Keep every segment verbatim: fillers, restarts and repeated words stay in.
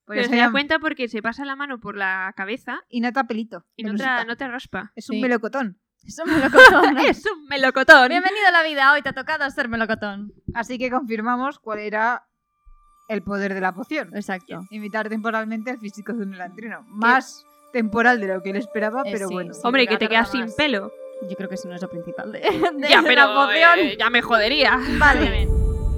Pues Pero se ya... da cuenta porque se pasa la mano por la cabeza y nota pelito. y no te, no te raspa. Es Sí. un melocotón. Es un melocotón. ¡Es un melocotón! Bienvenido a la vida, hoy te ha tocado ser melocotón. Así que confirmamos cuál era el poder de la poción. Exacto. Imitar temporalmente al físico de un elantrino. Más temporal de lo que él esperaba, Eh, pero sí, bueno. sí. Hombre, que pero te ha quedas tardado sin más. pelo. Yo creo que eso no es lo principal de, de Ya, la pero poción. eh, ya me jodería. Vale.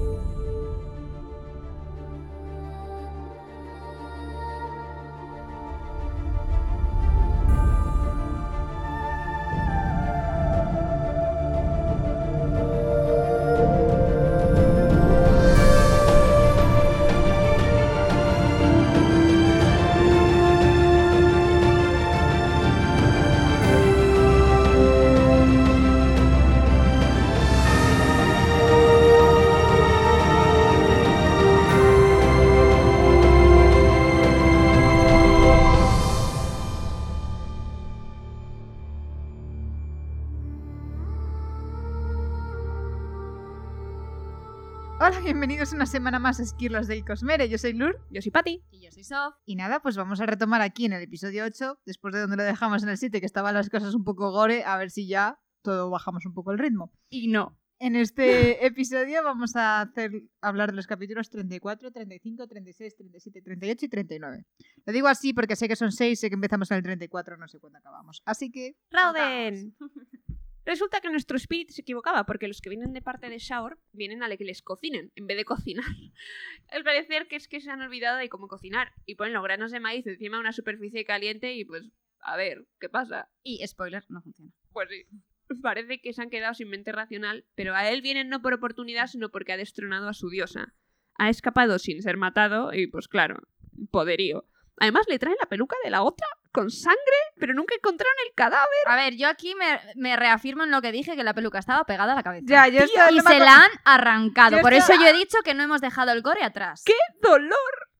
Hola, bienvenidos una semana más a Esquirlos del Cosmere. Yo soy Lur. Yo soy Pati. Y yo soy Sof. Y nada, pues vamos a retomar aquí en el episodio ocho, después de donde lo dejamos en el siete, que estaban las cosas un poco gore, a ver si ya todo bajamos un poco el ritmo. Y no. En este episodio vamos a hacer hablar de los capítulos treinta y cuatro, treinta y cinco, treinta y seis, treinta y siete, treinta y ocho y treinta y nueve. Lo digo así porque sé que son seis, sé que empezamos en el treinta y cuatro, no sé cuándo acabamos. Así que... Rauden. Resulta que nuestro espíritu se equivocaba porque los que vienen de parte de Shaor vienen a que les cocinen en vez de cocinar. Al parecer que es que se han olvidado de cómo cocinar y ponen los granos de maíz encima de una superficie caliente y pues a ver, ¿qué pasa? Y spoiler, no funciona. Pues sí. Parece que se han quedado sin mente racional, pero a él vienen no por oportunidad, sino porque ha destronado a su diosa. Ha escapado sin ser matado y, pues claro, poderío. Además, le traen la peluca de la otra con sangre, pero nunca encontraron el cadáver. A ver, yo aquí me, me reafirmo en lo que dije, que la peluca estaba pegada a la cabeza. Ya, yo esto y no me se acuerdo- la han arrancado. Yo Por esto- eso yo he dicho que no hemos dejado el gore atrás. ¡Qué dolor!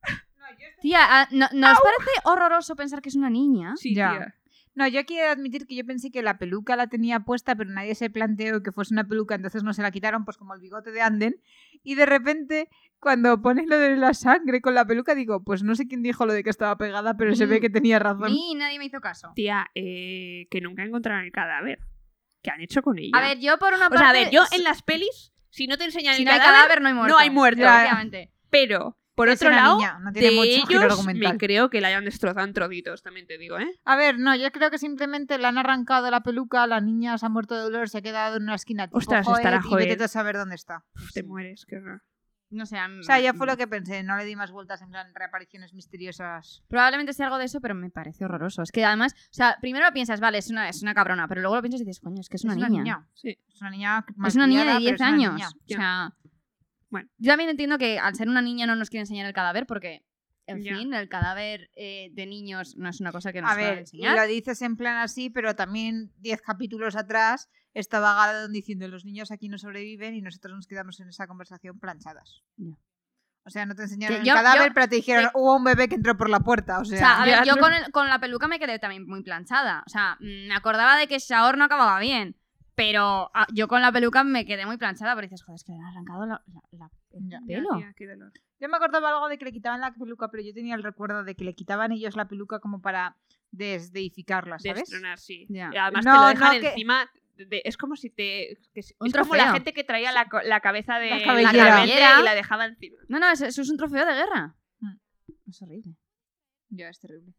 Tía, ah, ¿no, ¿no os parece horroroso pensar que es una niña? Sí, Ya. tía. No, yo quiero admitir que yo pensé que la peluca la tenía puesta, pero nadie se planteó que fuese una peluca, entonces no se la quitaron, pues como el bigote de Anden. Y de repente, cuando pones lo de la sangre con la peluca, digo, pues no sé quién dijo lo de que estaba pegada, pero se ve que tenía razón. Ni nadie me hizo caso. Tía, eh, que nunca encontraron el cadáver. ¿Qué han hecho con ella? A ver, yo por una o parte... sea, a ver, yo en las pelis, si no te enseñan si el no hay cadáver, cadáver, no hay muerto. no hay muerto. Ya. Obviamente. Pero, por Es otro una lado, niña, no tiene de mucho giro ellos argumental. me creo que la hayan destrozado en trocitos, también te digo, ¿eh? A ver, no, yo creo que simplemente le han arrancado la peluca, la niña se ha muerto de dolor, se ha quedado en una esquina tipo Ostras, Joel, estará y Joel. vete tú a saber dónde está. Uf, te mueres, qué horror. No sé, a mí- O sea, ya fue lo que pensé, no le di más vueltas en plan reapariciones misteriosas. Probablemente sea algo de eso, pero me parece horroroso. Es que además, o sea, primero piensas, vale, es una, es una cabrona, pero luego lo piensas y dices, coño, es que es una niña. Sí. Es una niña Es una niña de malcriada, pero diez es una años. niña. O sea, Bueno. yo también entiendo que al ser una niña no nos quiere enseñar el cadáver porque, en Ya. fin, el cadáver eh, de niños no es una cosa que nos A van a ver, y enseñar. lo dices en plan así, pero también diez capítulos atrás estaba Galadón diciendo los niños aquí no sobreviven y nosotros nos quedamos en esa conversación planchadas. Ya. O sea, no te enseñaron Que el yo- cadáver, yo- pero te dijeron, que- hubo un bebé que entró por la puerta. O sea, O sea, a ver, ya, yo no- con, el- con la peluca me quedé también muy planchada. O sea, mm, me acordaba de que Shaor no acababa bien. Pero ah, yo con la peluca me quedé muy planchada porque dices, joder, es que le han arrancado la, la- la- el Ya. pelo. Ya, tía, qué dolor. yo me acordaba algo de que le quitaban la peluca, pero yo tenía el recuerdo de que le quitaban ellos la peluca como para desdeificarla, ¿sabes? Destronar, sí. Ya. Y además No, te lo dejan no, que- encima. de- es como si te. que es, Un es como trofeo. la gente que traía la, co- la cabeza de La la cabellera. cabellera y la dejaba encima. No, no, eso, eso es un trofeo de guerra. Mm. Es horrible. Ya, es terrible.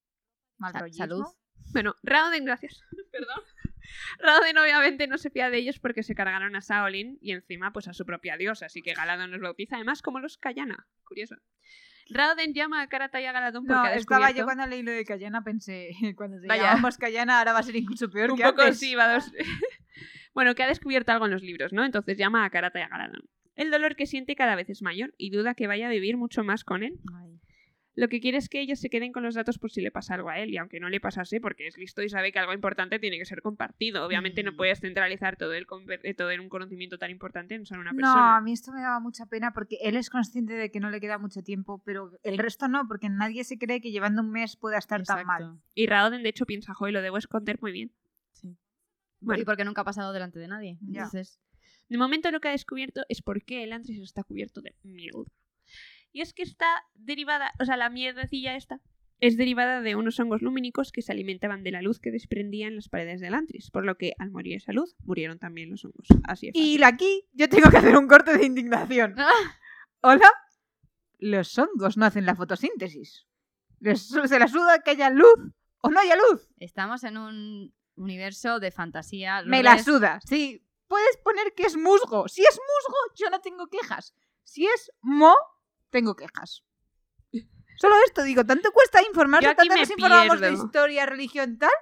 Mal Sa- rollismo. salud. Bueno, Rauden, gracias. Perdón. Rauden obviamente no se fía de ellos porque se cargaron a Shaolin y encima pues a su propia diosa, así que Galadón los bautiza además como los Kayana. Curioso. Rauden llama a Karata y a Galadón porque No, ha estaba descubierto... yo cuando leí lo de Cayana, pensé, cuando se Vaya. llamamos Cayana ahora va a ser incluso peor Un que poco antes. sí, va dos... Bueno, que ha descubierto algo en los libros, ¿no? Entonces llama a Karata y a Galadón. El dolor que siente cada vez es mayor y duda que vaya a vivir mucho más con él. Ay. Lo que quiere es que ellos se queden con los datos por si le pasa algo a él, y aunque no le pasase, porque es listo y sabe que algo importante tiene que ser compartido. Obviamente no Mm. puedes centralizar todo, el conver- eh, todo en un conocimiento tan importante en solo una No, persona. a mí esto me daba mucha pena porque él es consciente de que no le queda mucho tiempo, pero el resto no, porque nadie se cree que llevando un mes pueda estar tan mal. Exacto. Y Raoden, de hecho, piensa, joder, lo debo esconder muy bien. Sí. Bueno. Y porque nunca ha pasado delante de nadie. Ya. Entonces, De momento lo que ha descubierto es por qué el Antris está cubierto de miel. Y es que está derivada, o sea, la mierdecilla esta es derivada de unos hongos lumínicos que se alimentaban de la luz que desprendían las paredes del Antris, por lo que al morir esa luz murieron también los hongos. Así es. Y aquí yo tengo que hacer un corte de indignación. ¿Hola? Los hongos no hacen la fotosíntesis. Les- Se la suda que haya luz o no haya luz. Estamos en un universo de fantasía. Me la Lourdes. suda. Sí, puedes poner que es musgo. Si es musgo, yo no tengo quejas. Si es mo, tengo quejas. Solo esto digo, ¿tanto cuesta informarse? Yo aquí ¿Tanto me nos informamos de pierdo. historia, religión, tal?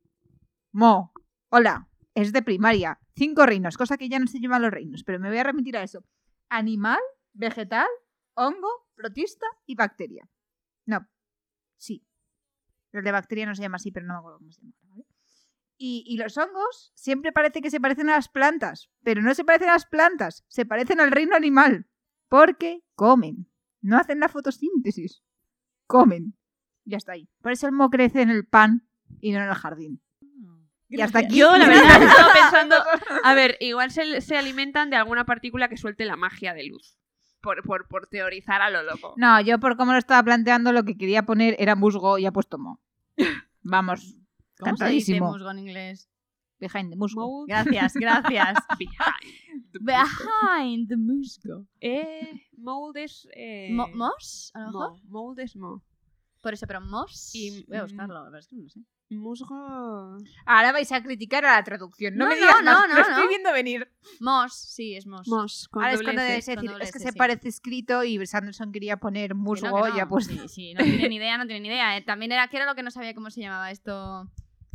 Mo, hola, es de primaria. Cinco reinos, cosa que ya no se llaman los reinos, pero me voy a remitir a eso. Animal, vegetal, hongo, protista y bacteria. No, sí. El de bacteria no se llama así, pero no me acuerdo cómo se llama. ¿Vale? Y, y los hongos siempre parece que se parecen a las plantas, pero no se parecen a las plantas, se parecen al reino animal, porque comen, no hacen la fotosíntesis, comen. Ya está ahí. Por eso el mo crece en el pan y no en el jardín. Y hasta aquí. Yo, la verdad, estaba pensando, a ver, igual se, se alimentan de alguna partícula que suelte la magia de luz. Por, por, por teorizar a lo loco. No, yo por cómo lo estaba planteando, lo que quería poner era musgo y ha puesto mo. Vamos, ¿Cómo se dice cantadísimo. musgo en inglés? Behind the musgo. Mold Gracias, gracias. behind the musgo. Behind the musgo. Eh, mold es... Eh, Mo- ¿Mos? A lo mejor. mo. Mold es mo. Por eso, pero mos. Y, Voy a mm, buscarlo, pero es que no lo sé. Musgo... Ahora vais a criticar a la traducción. No, No, me no, digas no, más, no, lo estoy no. viendo venir. Mos, sí, es mos. Mos, con Ahora es doble cuando S. debes con decir, doble es que S, se sí. parece escrito y Sanderson quería poner Que no, musgo que no. y ha puesto. Sí, sí, no tiene ni idea, no tiene ni idea. Eh, También era que era lo que no sabía cómo se llamaba esto.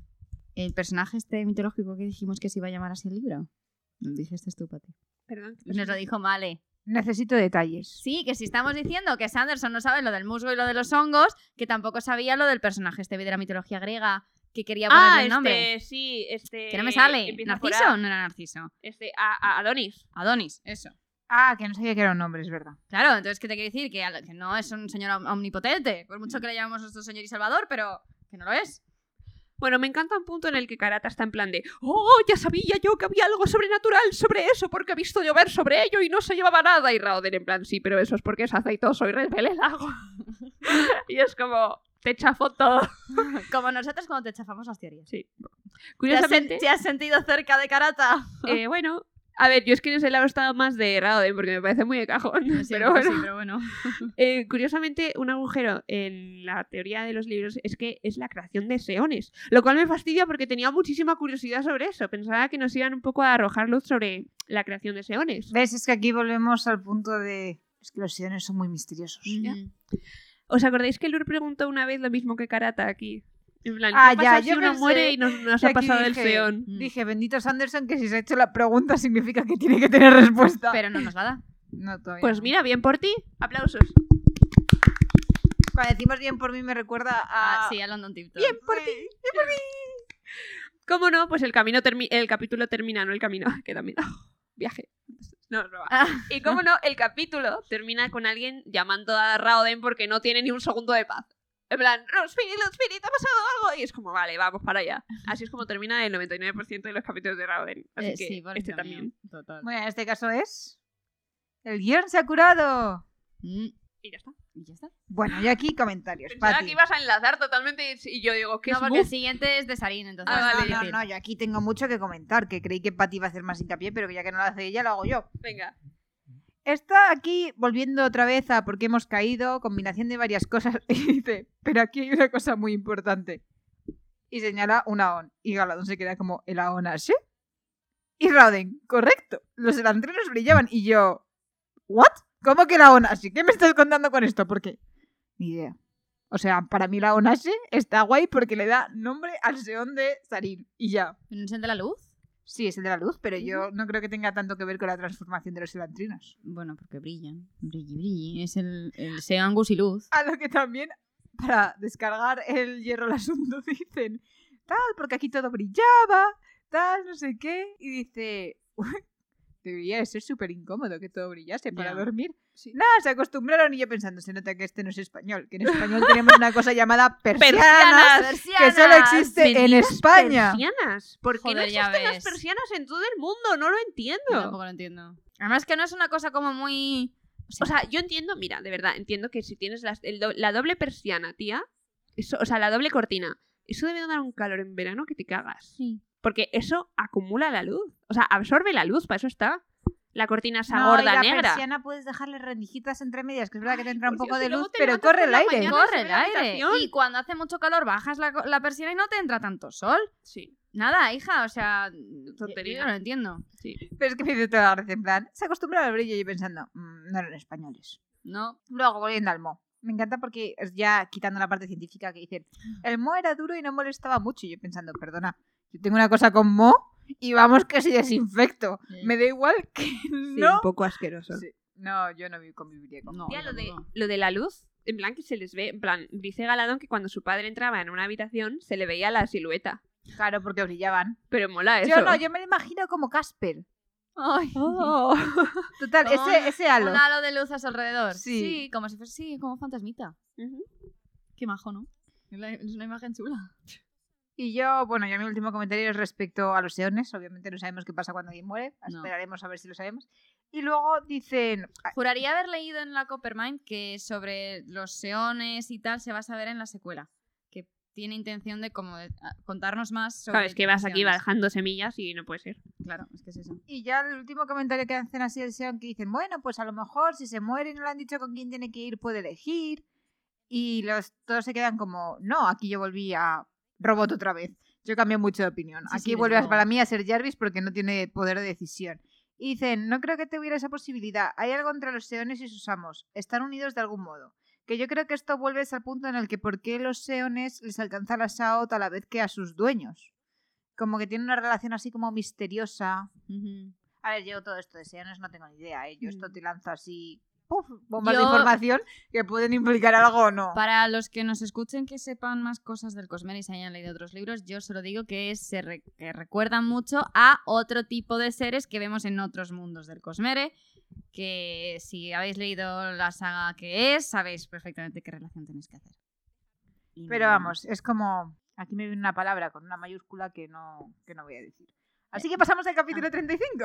El personaje este mitológico que dijimos que se iba a llamar así el libro. Lo dijiste tú, Pati. Perdón. Pues nos lo dijo Male. Necesito detalles. Sí, que si estamos diciendo que Sanderson no sabe lo del musgo y lo de los hongos, que tampoco sabía lo del personaje este de la mitología griega que quería ponerle Ah, el nombre. este, sí, este... Que no me sale. empieza por ¿Narciso? A. No era Narciso. Este, a, a- Adonis. Adonis, eso. Ah, que no sabía que era un nombre, es verdad. Claro, entonces, ¿qué te quiere decir? Que, al- que no es un señor om- omnipotente, por mucho que le llamemos nuestro señor y salvador, pero que no lo es. Bueno, me encanta un punto en el que Karata está en plan de ¡oh, ya sabía yo que había algo sobrenatural sobre eso porque he visto llover sobre ello y no se llevaba nada! Y Raoden en plan, sí, pero eso es porque es aceitoso y repele el agua. Y es como, te chafó todo. Como nosotros cuando te chafamos las teorías. Sí. ¿Te has, sen- Curiosamente, te has sentido cerca de Karata? eh, bueno, a ver, yo es que en ese lado estaba más de Raoden porque me parece muy de cajón. Sí, pero pues bueno. sí, pero bueno. Eh, curiosamente, un agujero en la teoría de los libros es que es la creación de seones, lo cual me fastidia porque tenía muchísima curiosidad sobre eso. Pensaba que nos iban un poco a arrojar luz sobre la creación de seones. ¿Ves? Es que aquí volvemos al punto de... Es que los siones son muy misteriosos. ¿Ya? Mm. ¿Os acordáis que Lur preguntó una vez lo mismo que Karata aquí? En plan, ¿qué Ah, pasa ya, si yo uno pensé- muere y nos, nos y ha aquí pasado el dije- seón? Mm. Dije, bendito Sanderson, que si se ha hecho la pregunta significa que tiene que tener respuesta. Pero no nos la da. No, todavía Pues no. mira, bien por ti. Aplausos. Cuando decimos bien por mí me recuerda a... Ah, sí, a London Tiptoe. Bien por ti. ¿Cómo no? Pues el camino termi- el capítulo termina, no el camino. Que también. Viaje. No, es broma. Ah, Y cómo no, el capítulo termina con alguien llamando a Raoden porque no tiene ni un segundo de paz. En plan, Spirit, Spirit, ha pasado algo. Y es como, vale, vamos para allá. Así es como termina el noventa y nueve por ciento de los capítulos de Raoden. Así eh, que sí, por este eso también. mío. Total. Bueno, en este caso es... El guión se ha curado. Mm, Y ya está. ¿Y ya está? Bueno, y aquí comentarios. Pensaba Pati. que ibas a enlazar totalmente y yo digo, ¿qué No, es porque el buff? siguiente es de Sarin, entonces. Ah, es vale, No, difícil. no, no, yo aquí tengo mucho que comentar, que creí que Pati iba a hacer más hincapié, pero que ya que no lo hace ella, lo hago yo. Venga. Está aquí volviendo otra vez a por qué hemos caído, combinación de varias cosas, y dice, pero aquí hay una cosa muy importante. Y señala un Aon. Y Galadón se queda como, ¿el Aon Ashe? Y Raoden, correcto, los elantrinos brillaban. Y yo, ¿what? ¿Cómo que el Aon Ashe? ¿Qué me estás contando con esto? ¿Por qué? Ni idea. O sea, para mí el Aon Ashe está guay porque le da nombre al Seón de Sarin. Y ya. ¿No es el de la luz? Sí, es el de la luz, pero yo no creo que tenga tanto que ver con la transformación de los elantrinos. Bueno, porque brillan. Brilli, brilli. Es el, el Seangus y luz. A lo que también, para descargar el hierro al asunto, dicen, tal, porque aquí todo brillaba, tal, no sé qué. Y dice, "Uy, debería de ser súper incómodo que todo brillase para Ya. dormir. Nada, se acostumbraron y yo pensando, se nota que este no es español, que en español tenemos una cosa llamada persianas, Persianas. que solo existe en Benditas España. Persianas. ¿Por qué no Joder, ya existen las ves. persianas en todo el mundo? No lo Yo entiendo. tampoco lo entiendo. Además que no es una cosa como muy... O O sea, yo entiendo, mira, de verdad, entiendo que si tienes las- el do- la doble persiana, tía, eso, o sea, la doble cortina, eso debe dar un calor en verano que te cagas. Sí. Porque eso acumula la luz. O sea, absorbe la luz, para eso está. La cortina esa No, gorda y la negra. persiana puedes dejarle rendijitas entre medias, que es verdad que te entra un por poco Dios, de y luego luz, te pero levantas corre por el la aire. mañana. Corre se el ve la aire. habitación. Y cuando hace mucho calor bajas la, la persiana y no te entra tanto sol. Sí, Nada, hija, o sea, Tontería. yo no lo entiendo. sí. Pero es que me dice toda la gracia, en plan, se acostumbra al brillo y yo pensando, "Mm, no eran españoles". No. Luego, volviendo al Mo. Me encanta porque es ya quitando la parte científica que dicen, el Mo era duro y no molestaba mucho. Y yo pensando, perdona, yo tengo una cosa con Mo y vamos que si desinfecto. Sí. Me da igual que Sí, no. un poco asqueroso. Sí. No, yo no vi- conviviría con No. Tía, yo lo de, tampoco. lo de la luz, en plan que se les ve, en plan, dice Galadón que cuando su padre entraba en una habitación se le veía la silueta. Claro, porque brillaban. Pero mola eso. Yo no, yo me lo imagino como Casper. Ay. Oh. Total, Con ese, ese halo. Un halo de luz a su alrededor. Sí. Sí, como si fuese, sí, como fantasmita. Ujú. Qué majo, ¿no? Es, la- es una imagen chula. Y yo, bueno, ya mi último comentario es respecto a los eones. Obviamente no sabemos qué pasa cuando alguien muere. No. Esperaremos a ver si lo sabemos. Y luego dicen... Juraría haber leído en la Coppermind que sobre los seones y tal se va a saber en la secuela. Que tiene intención de como de, a- contarnos más sobre Sabes que vas los aquí va seones. dejando semillas y no puede ser. Claro, es que es eso. Y ya el último comentario que hacen así el Seon, que dicen, bueno, pues a lo mejor si se muere y no le han dicho con quién tiene que ir, puede elegir. Y los todos se quedan como, no, aquí yo volví a robot otra vez. Yo cambié mucho de opinión. Sí, sí, aquí desde vuelve a- luego. para mí a ser Jarvis porque no tiene poder de decisión. Y dicen, no creo que tuviera esa posibilidad. Hay algo entre los Seones y sus amos. Están unidos de algún modo. Que yo creo que esto vuelve al punto en el que por qué los Seones les alcanza la Saot a la vez que a sus dueños. Como que tiene una relación así como misteriosa. Ujú. A ver, yo todo esto de Seones no tengo ni idea, ¿eh? Yo esto Mm. te lanzo así, ¡puf! Bombas de Yo- información que pueden implicar algo o no. Para los que nos escuchen que sepan más cosas del Cosmere y se hayan leído otros libros, yo solo digo que se re- que recuerdan mucho a otro tipo de seres que vemos en otros mundos del Cosmere, que si habéis leído la saga que es, sabéis perfectamente qué relación tenéis que hacer. Y Pero no- vamos, es como... Aquí me viene una palabra con una mayúscula que no, que no voy a decir. Así que pasamos al capítulo treinta y cinco.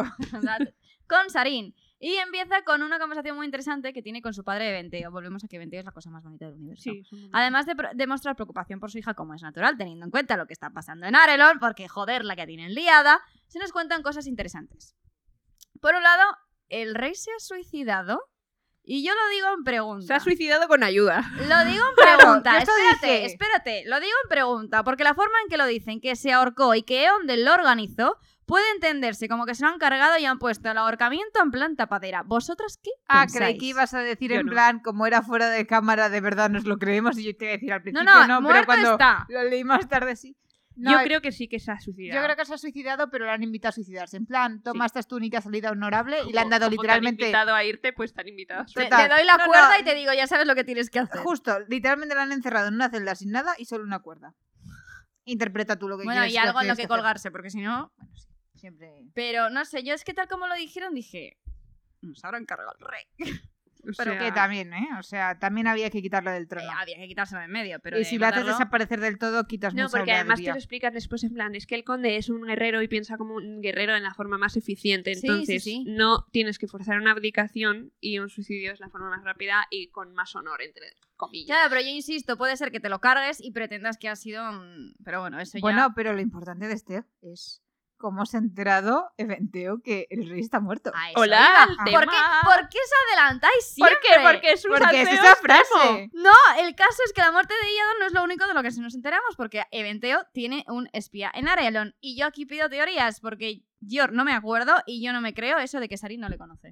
con Sarin. Y empieza con una conversación muy interesante que tiene con su padre Eventeo. Volvemos a que Eventeo es la cosa más bonita del universo. Sí, son muy- Además de pro- demostrar preocupación por su hija como es natural, teniendo en cuenta lo que está pasando en Arelon, porque joder, la que tienen liada, se nos cuentan cosas interesantes. Por un lado, el rey se ha suicidado, y yo lo digo en pregunta. Se ha suicidado con ayuda. Lo digo en Claro, pregunta. yo esto espérate, dije. espérate. Lo digo en pregunta, porque la forma en que lo dicen, que se ahorcó y que Eondel lo organizó, puede entenderse como que se lo han cargado y han puesto el ahorcamiento en plan tapadera. ¿Vosotras qué Ah, pensáis? creí que ibas a decir Yo en no. plan, como era fuera de cámara, de verdad nos lo creemos. Y yo te iba a decir al No, principio no, no, muerto pero cuando está. lo leí más tarde sí. No, Yo creo que sí que se ha suicidado. yo creo que se ha suicidado, pero le han invitado a suicidarse. En plan, toma, Sí. esta es tu única salida honorable y le han Como- dado como literalmente... Te han invitado a irte, pues te han invitado a Te, Total. te doy la No, no. cuerda y te digo, ya sabes lo que tienes que hacer. Justo, literalmente la han encerrado en una celda sin nada y solo una cuerda. Interpreta tú lo que Bueno, quieres. y algo en lo quieres que hacer. colgarse, porque si no... Bueno, sí, siempre... Pero no sé, yo es que tal como lo dijeron dije... Nos habrán cargado al rey. O Pero sea, que también, ¿eh? O sea, también había que quitarlo del Eh, trono. había que quitárselo de en medio, pero y de si lo haces matarlo- desaparecer del todo, quitas No, mucha porque además te habladuría. lo explicas después en plan, es que el conde es un guerrero y piensa como un guerrero en la forma más eficiente, Sí, entonces sí, sí. no tienes que forzar una abdicación y un suicidio es la forma más rápida y con más honor, entre comillas. Claro, pero yo insisto, puede ser que te lo cargues y pretendas que ha sido... un- Pero bueno, eso Bueno, ya... pero lo importante de este es cómo se ha enterado Eventeo que el rey está muerto. A eso Hola, iba. el ¿Por tema. qué, ¿Por qué os adelantáis ¿Por siempre? qué? Porque es un Porque es salseo esa extremo. frase. No, el caso es que la muerte de Iadon no es lo único de lo que se nos enteramos, porque Eventeo tiene un espía en Arelon. Y yo aquí pido teorías, porque yo no me acuerdo y yo no me creo eso de que Sarin no le conoce.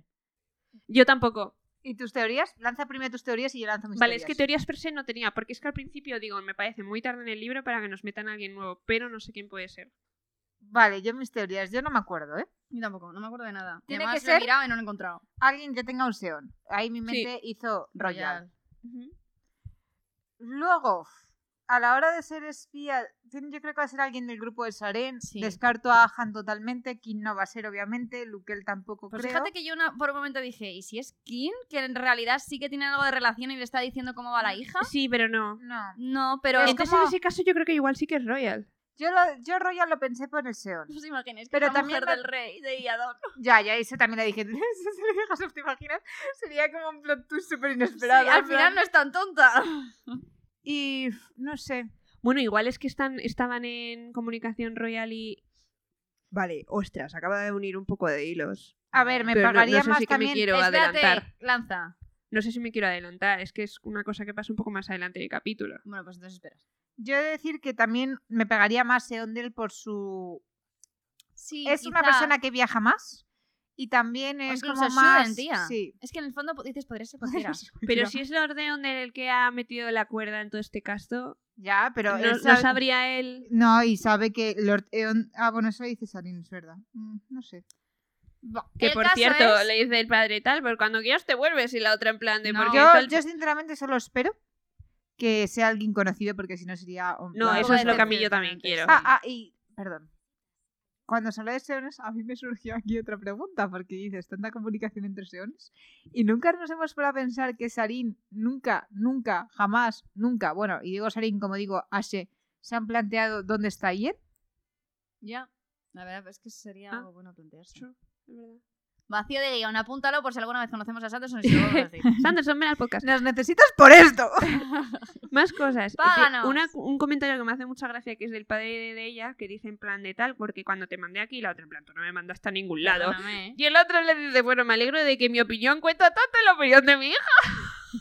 Yo tampoco. ¿Y tus teorías? Lanza primero tus teorías y yo lanzo mis Vale, teorías. es que teorías per se no tenía, porque es que al principio digo, me parece muy tarde en el libro para que nos metan a alguien nuevo, pero no sé quién puede ser. Vale, yo mis teorías, yo no me acuerdo, ¿eh? Yo tampoco, no me acuerdo de nada. Tiene Además, que lo he ser- mirado y no lo he encontrado. Alguien que tenga un Seon. Ahí mi mente hizo Royal. Royal. Luego, a la hora de ser espía, tiene- yo creo que va a ser alguien del grupo de Saren. Sí. Descarto a Han totalmente. Kin no va a ser, obviamente. Lukel tampoco Pues creo. fíjate que yo una- por un momento dije, ¿y si es Kin? Que en realidad sí que tiene algo de relación y le está diciendo cómo va la hija. Sí, pero no. No. No, pero es Entonces como- en ese caso yo creo que igual sí que es Royal. Yo, lo, yo Royal lo pensé por el Seon. ¿No os imagináis que Pero es la también mujer me- del rey de Iadon? Ya, ya, eso también le dije. Si se lo dejas, ¿te imaginas? Sería como un plot twist súper inesperado. Sí, al en plan- final no es tan tonta. Y no sé. Bueno, igual es que están, estaban en comunicación royal y... Vale, ostras, acaba de unir un poco de hilos. A ver, me Pero no- pagaría no sé más si que me también. quiero Espérate, adelantar. lanza. No sé si me quiero adelantar, es que es una cosa que pasa un poco más adelante del capítulo. Bueno, pues entonces esperas. Yo he de decir que también me pegaría más Seondel por su. Sí, Es una quizá. persona que viaja más. Y también O es incluso como Shuden, más. tía. Sí. Es que en el fondo dices, podría ser cualquiera. Pero si es Lord Eon el que ha metido la cuerda en todo este casto, Ya, pero. no, él no sabe- sabría él... No, y sabe que Lord Eon. Ah, bueno, eso dice Sarin, es verdad. Mm, no sé. Que El por caso cierto, es- le dice el padre tal, pero cuando quieras te vuelves y la otra en plan de... No. porque Yo, esto el- yo sinceramente solo espero que sea alguien conocido, porque si no sería. No, Ah, eso puede es lo ser que a mí yo también directamente, quiero. Ah, ah, y. Perdón. Cuando se habla de seones, a mí me surgió aquí otra pregunta, porque dices, tanta comunicación entre seones, y nunca nos hemos parado a pensar que Sarin nunca, nunca, jamás, nunca, bueno, y digo Sarin como digo Ashe, se han planteado dónde está Yen. Ya. La verdad es que sería Ah. algo bueno plantearse. Es verdad. Vacío de guión, apúntalo por si alguna vez conocemos a Sanderson y se lo vamos a decir. Sanderson, ven al podcast. ¡Nos necesitas por esto! Más cosas. Páganos. Una- un comentario que me hace mucha gracia, que es del padre de, de ella, que dice en plan de tal, porque cuando te mandé aquí, la otra en plan, tú no me mandaste a ningún lado. Perdóname, ¿eh? Y el otro le dice, bueno, me alegro de que mi opinión cuenta tanto en la opinión de mi hija.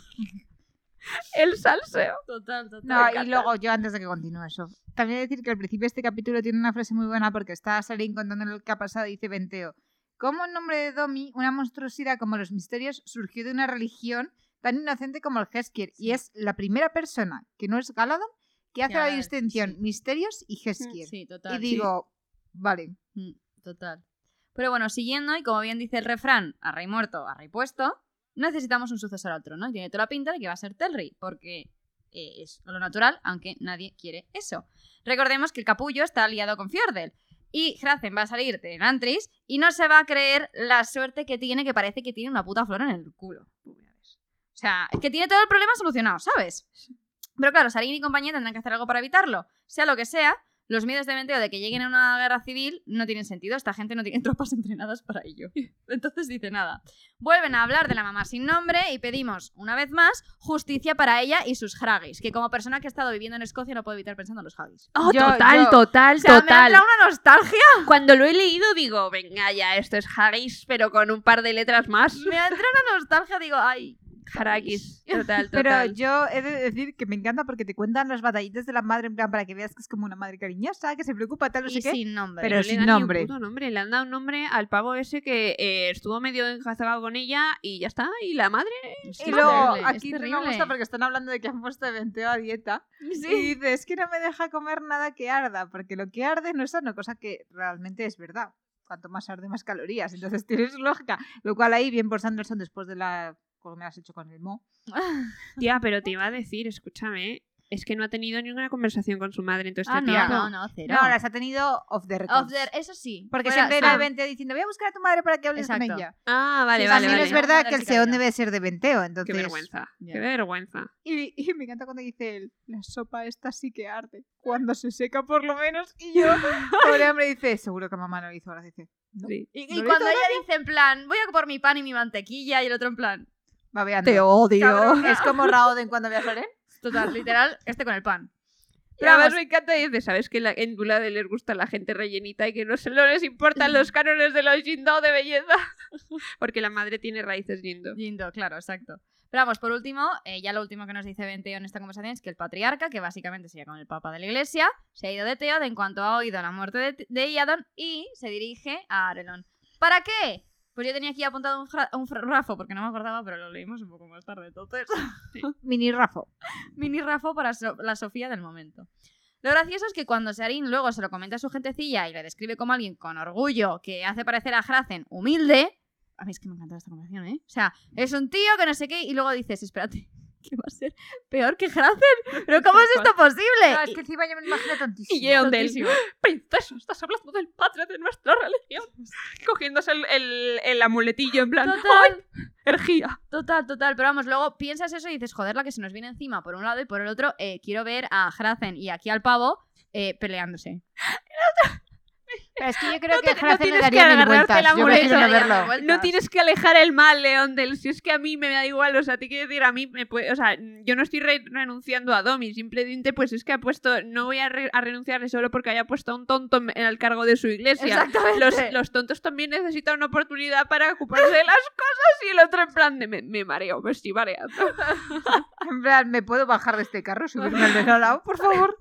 El salseo. Total, total. No, encanta. y luego yo antes de que continúe eso, también decir que al principio de este capítulo tiene una frase muy buena porque está Sarin contándole lo que ha pasado y dice Venteo, ¿cómo en nombre de Domi una monstruosidad como los misterios surgió de una religión tan inocente como el Heskier? Y es la primera persona que no es Galadon que hace haga- la distinción sí. misterios y Heskier. Sí, total. y digo, vale. Mm, total. Pero bueno, siguiendo, y como bien dice el refrán, a rey muerto, a rey puesto, necesitamos un sucesor al trono. Tiene toda la pinta de que va a ser Telri, porque eh, es lo natural, aunque nadie quiere eso. Recordemos que el capullo está aliado con Fjordell. Y Hrazen va a salir de Elantris y no se va a creer la suerte que tiene, que parece que tiene una puta flor en el culo. O sea, es que tiene todo el problema solucionado, ¿sabes? Pero claro, Sarin y compañía tendrán que hacer algo para evitarlo. Sea lo que sea, los miedos de Venteo de que lleguen a una guerra civil no tienen sentido. Esta gente no tiene tropas entrenadas para ello. Entonces dice nada. Vuelven a hablar de la mamá sin nombre y pedimos, una vez más, justicia para ella y sus Haggis. Que como persona que ha estado viviendo en Escocia no puedo evitar pensando en los Haggis. Oh, Yo- total, yo- total, O sea, me ha total. entrado una nostalgia. Cuando lo he leído digo, venga ya, esto es Haggis, pero con un par de letras más. Me ha entrado una nostalgia, digo, ay. Harakis, total, Pero total. yo he de decir que me encanta porque te cuentan las batallitas de la madre en plan para que veas que es como una madre cariñosa, que se preocupa, tal, no sé Y qué. sin nombre. Pero No sin le dan ni un nombre. puto nombre. Le han dado un nombre al pavo ese que eh, estuvo medio encazado con ella y ya está. Y la madre... Y Es luego terrible, es aquí no me terrible. gusta porque están hablando de que han puesto de Venteo a dieta. Y dice, es que no me deja comer nada que arda, porque lo que arde no es sano, cosa que realmente es verdad. Cuanto más arde, más calorías. Entonces tienes lógica. Lo cual ahí, bien por Sanderson, después de la... como me has hecho con el mo. Tía, pero te iba a decir, escúchame, es que no ha tenido ninguna conversación con su madre en todo este Ah, no, tiempo. no, no, cero. No, las ha tenido off the record. Off the- Eso sí. Porque fuera- siempre sí. era Venteo diciendo, voy a buscar a tu madre para que hables Exacto. con ella. Ah, vale, Sí, vale, También vale. es verdad Vamos a que el darse Seon cariño. debe ser de Venteo, entonces... Qué vergüenza, Ya. qué vergüenza. Y, y me encanta cuando dice él, la sopa esta sí que arde. Cuando se seca por lo menos. Y yo, pobre hombre, dice, seguro que mamá no lo hizo. Ahora dice, no. Sí. Y, ¿No y le cuando hizo ella dice en plan, voy a por mi pan y mi mantequilla, y el otro en plan, Babeando. Te odio. Cabrón, es como Raoden cuando ve a Soren. total, literal, este con el pan. Pero además vamos. me encanta y dice, ¿sabes que la, en Dulade les gusta la gente rellenita y que no, se, no les importan los cánones de los Jindao de belleza? Porque la madre tiene raíces Jindo. Lindo, claro, exacto. Pero vamos, por último, eh, ya lo último que nos dice Venteo en esta conversación es que el patriarca, que básicamente sería como el papa de la iglesia, se ha ido de Teod en cuanto ha oído la muerte de, de Iadon y se dirige a Arelon. ¿Para qué? Pues yo tenía aquí apuntado un, fra- un fra- rafo, porque no me acordaba, pero lo leímos un poco más tarde, entonces... Mini Rafo. Mini rafo para So- la Sofía del momento. Lo gracioso es que cuando Sarin luego se lo comenta a su gentecilla y le describe como alguien con orgullo que hace parecer a Hrazen humilde, a mí es que me encanta esta conversación, ¿eh? O sea, es un tío que no sé qué y luego dices, espérate, que va a ser peor que Hrazen. ¿Pero cómo es esto posible? No, es que encima yo me imagino tontísimo. Y Yeon del Tontísimo. princesa, estás hablando del padre de nuestra religión. Cogiéndose el, el, el amuletillo en plan, Total, ¡ay! Ergía. total, total. Pero vamos, luego piensas eso y dices, joder, la que se nos viene encima por un lado y por el otro, eh, quiero ver a Hrazen y aquí al pavo eh, peleándose. Pero es que yo creo No que te- no Hrazed le tienes daría que mil agarrarte vueltas. la Yo prefiero muleta, no daría verlo. mil No tienes que alejar el mal, Leondel. Si es que a mí me da igual, o sea, te quiero decir, a mí me puede, o sea, yo no estoy re- renunciando a Domi, simplemente pues es que ha puesto, no voy a, re- a renunciarle solo porque haya puesto a un tonto en en el cargo de su iglesia. Exactamente. Los, los tontos también necesitan una oportunidad para ocuparse de las cosas y el otro en plan de me, me mareo, me estoy mareando. En plan, ¿me puedo bajar de este carro? Subirme al de al lado, por favor.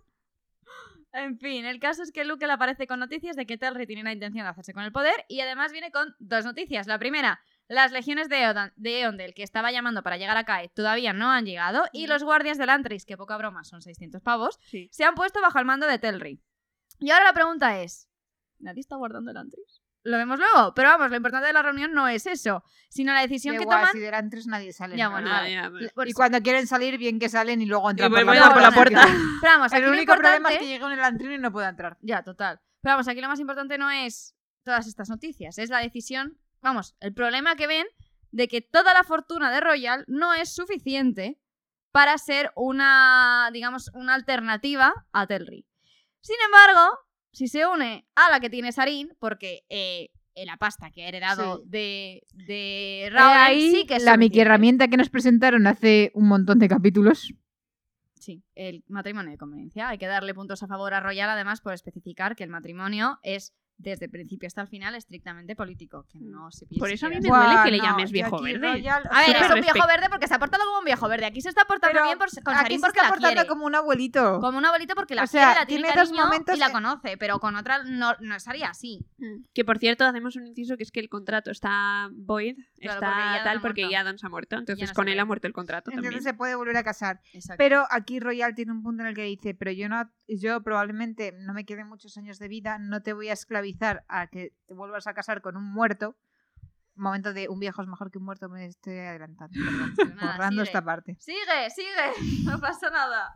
En fin, el caso es que Luke le aparece con noticias de que Telri tiene la intención de hacerse con el poder y además viene con dos noticias. La primera, las legiones de, Eodan- de Eondel que estaba llamando para llegar a Cae todavía no han llegado y los guardias del Antris, que poca broma son seiscientos pavos, Sí. se han puesto bajo el mando de Telri. Y ahora la pregunta es, ¿nadie está guardando el Antris? Lo vemos luego, pero vamos, lo importante de la reunión no es eso, sino la decisión Da que igual, toman... si de antes nadie sale. Ya, ¿no? bueno, Ah, vale. ya, vale. Por Y eso- cuando quieren salir, bien que salen y luego entran Y por la vuelven puerta. por la puerta. Pero vamos, aquí El lo único problema importante- es que llega un elantrino y no puede entrar. Ya, total. Pero vamos, aquí lo más importante no es todas estas noticias, es la decisión, vamos, el problema que ven de que toda la fortuna de Royal no es suficiente para ser una, digamos, una alternativa a Telri. Sin embargo, si se une a la que tiene Sarin, porque eh, eh, la pasta que ha heredado Sí. de, de Eh, Raoul ahí sí que es la suficiente. Mickey herramienta que nos presentaron hace un montón de capítulos. Sí, el matrimonio de conveniencia. Hay que darle puntos a favor a Royal, además, por especificar que el matrimonio es, desde el principio hasta el final, estrictamente político. Que no se piense Por eso a que mí es- me duele Buah, que le no, llames yo viejo aquí verde. Royal, o A ver, sea, es un Súper viejo respect- verde porque se ha portado como un viejo verde. Aquí se está portando pero bien por, con aquí Sarin se porque está la portando quiere. como un abuelito. Como un abuelito porque la O sea, quiere, la tiene, tiene dos cariño momentos y la que- conoce, pero con otra no, no estaría así. Mm. Que por cierto, hacemos un inciso que es que el contrato está void, Claro, está porque Iadon tal ha porque muerto. Iadon se ha muerto. Entonces no con se él ve. ha muerto el contrato Entonces también. se puede volver a casar. Exacto. Pero aquí Royal tiene un punto en el que dice, pero yo no, yo probablemente no me queden muchos años de vida, no te voy a esclavizar a que te vuelvas a casar con un muerto. Momento de un viejo es mejor que un muerto, me estoy adelantando. Perdón, Pero nada, borrando sigue. esta parte. Sigue, sigue. No pasa nada.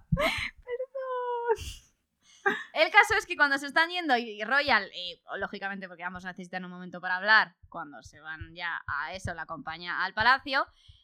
Perdón. El caso es que cuando se están yendo y Royal, eh, lógicamente porque ambos necesitan un momento para hablar, cuando se van ya a eso, la acompaña al palacio.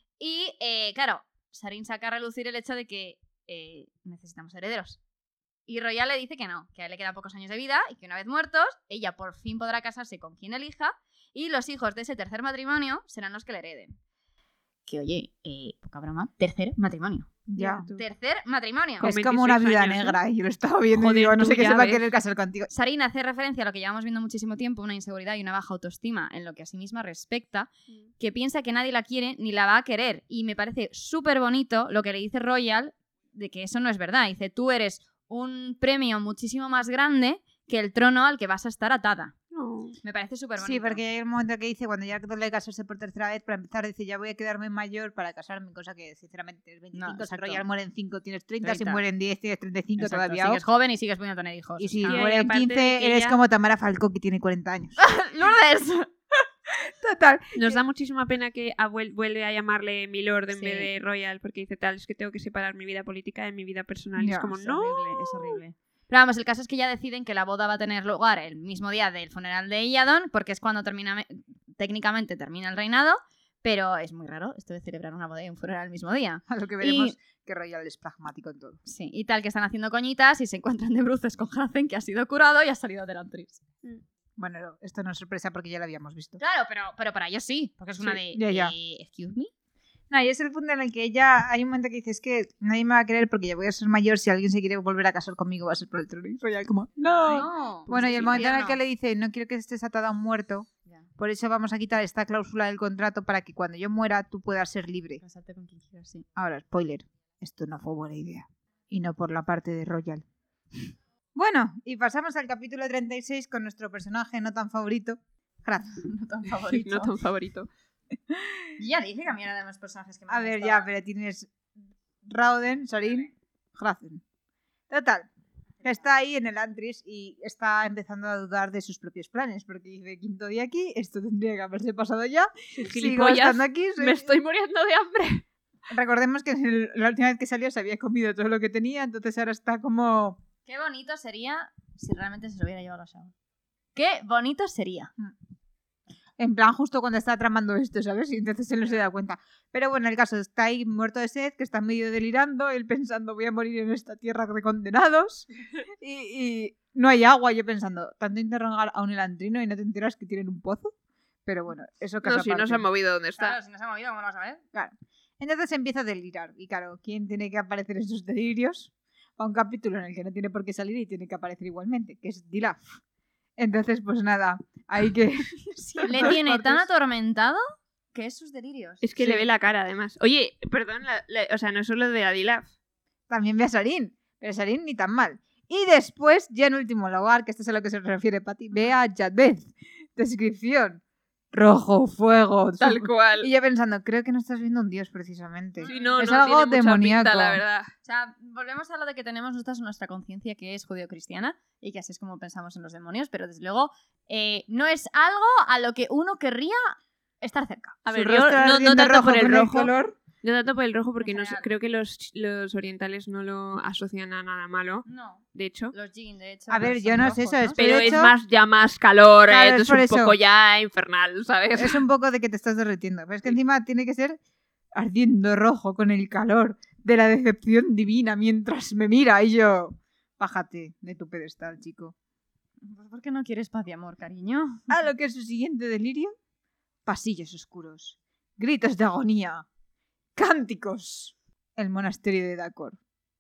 Y eh, claro, Sarin saca a relucir el hecho de que eh, necesitamos herederos. Y Royal le dice que no, que a él le quedan pocos años de vida y que una vez muertos, ella por fin podrá casarse con quien elija y los hijos de ese tercer matrimonio serán los que le hereden. Que oye, eh, poca broma, tercer matrimonio. Ya. tú. Tercer matrimonio. Con Es como una veintiséis vida años, ¿no? negra y yo lo estaba viendo Joder, y digo, no tú sé qué ya se va a ves. querer casar contigo. Sarin hace referencia a lo que llevamos viendo muchísimo tiempo, una inseguridad y una baja autoestima en lo que a sí misma respecta, que piensa que nadie la quiere ni la va a querer. Y me parece súper bonito lo que le dice Royal, de que eso no es verdad. Dice, tú eres un premio muchísimo más grande que el trono al que vas a estar atada. No. Me parece súper bonito. Sí, porque hay un momento que dice, cuando ya le casarse por tercera vez, para empezar, dice, ya voy a quedarme mayor para casarme, cosa que sinceramente es veinticinco, si exacto. Royal muere en cinco, tienes treinta, si treinta. muere en diez, tienes treinta y cinco Exacto, todavía. sigues ojo. joven y sigues pudiendo tener hijos. Y si o sea. Sí, muere y en aparte de quince, que eres ella- como Tamara Falcó, que tiene cuarenta años. ¡Lourdes! Total. Nos da muchísima pena que a vuel- vuelve a llamarle Milord en Sí. vez de Royal, porque dice tal, es que tengo que separar mi vida política de mi vida personal. Y Ya, es como, Es no. horrible, es horrible. Pero vamos, el caso es que ya deciden que la boda va a tener lugar el mismo día del funeral de Iadon, porque es cuando termina, técnicamente termina el reinado, pero es muy raro esto de celebrar una boda y un funeral el mismo día. A lo que veremos Y- que Royal es pragmático en todo. Sí, y tal que están haciendo coñitas y se encuentran de bruces con Hacen, que ha sido curado y ha salido de Elantris. Bueno, no, esto no es sorpresa porque ya lo habíamos visto. Claro, pero, pero para ellos sí, porque es una Sí, de... ya, ya. eh, excuse me. No, y es el punto en el que ella, hay un momento que dice, es que nadie me va a querer porque ya voy a ser mayor, si alguien se quiere volver a casar conmigo va a ser por el trono. Y Royal como, no. No. Bueno, y el Sí, momento en el infierno. que le dice, no quiero que estés atada a un muerto, Ya, por eso vamos a quitar esta cláusula del contrato para que cuando yo muera tú puedas ser libre. casarte con quien quieras, sí. Ahora, spoiler, esto no fue buena idea. Y no por la parte de Royal. Bueno, y pasamos al capítulo treinta y seis con nuestro personaje no tan favorito, Hrazed. No tan favorito. No tan favorito. Yo ya dije que a mí era de los personajes que más A me ver, gustaba. ya, pero tienes Rauden, Sarin, Hrazed. Total, está ahí en el Antris y está empezando a dudar de sus propios planes, porque dice, quinto día aquí, esto tendría que haberse pasado ya. Sigo Gilipollas, estando aquí, soy- me estoy muriendo de hambre. Recordemos que en el- la última vez que salió se había comido todo lo que tenía, entonces ahora está como... Qué bonito sería si realmente se lo hubiera llevado a Shaun. Qué bonito sería. En plan, justo cuando está tramando esto, ¿sabes? Y entonces él no se da cuenta. Pero bueno, el caso está ahí muerto de sed, que está medio delirando, él pensando, voy a morir en esta tierra de condenados. Y, y no hay agua, yo pensando, tanto interrogar a un elantrino y no te enteras que tienen un pozo. Pero bueno, eso que No, si no se ha movido donde está. Claro, si no se ha movido, ¿cómo lo vas a ver? Claro. Entonces empieza a delirar. Y claro, ¿quién tiene que aparecer en sus delirios? A un capítulo en el que no tiene por qué salir y tiene que aparecer igualmente, que es Dilaf. Entonces, pues nada, hay que... Le tiene tan atormentado que es sus delirios. Es que Sí. le ve la cara, además. Oye, perdón, la- la- o sea, no solo de Adilaf. También ve a Sarin, pero Sarin ni tan mal. Y después, ya en último lugar, que esto es a lo que se refiere Patty, ve a Jadbeth. Descripción. Rojo, fuego. Tal su- cual. Y yo pensando, creo que no estás viendo un dios precisamente. Sí, no, es no, algo tiene mucha demoníaco. pinta, la verdad. O sea, volvemos a lo de que tenemos nosotros nuestra conciencia que es judeocristiana y que así es como pensamos en los demonios, pero desde luego eh, no es algo a lo que uno querría estar cerca. A Su ver, yo rostro no, no ardiente tanto rojo por el con rojo. color. No tanto por el rojo porque En no sé- general. creo que los, los orientales no lo asocian a nada malo, No, de hecho. los jeans, de hecho. A ver, son yo no sé rojos, eso, es- Pero de es hecho- más ya más calor, Claro, eh, es entonces por un eso. poco ya infernal, ¿sabes? Es un poco de que te estás derritiendo. Pero es que encima tiene que ser ardiendo rojo con el calor de la decepción divina mientras me mira y yo... Bájate de tu pedestal, chico. Pues ¿por qué no quieres paz y amor, cariño? A lo que es su siguiente delirio. Pasillos oscuros. Gritos de agonía. Cánticos. El monasterio de Dacor.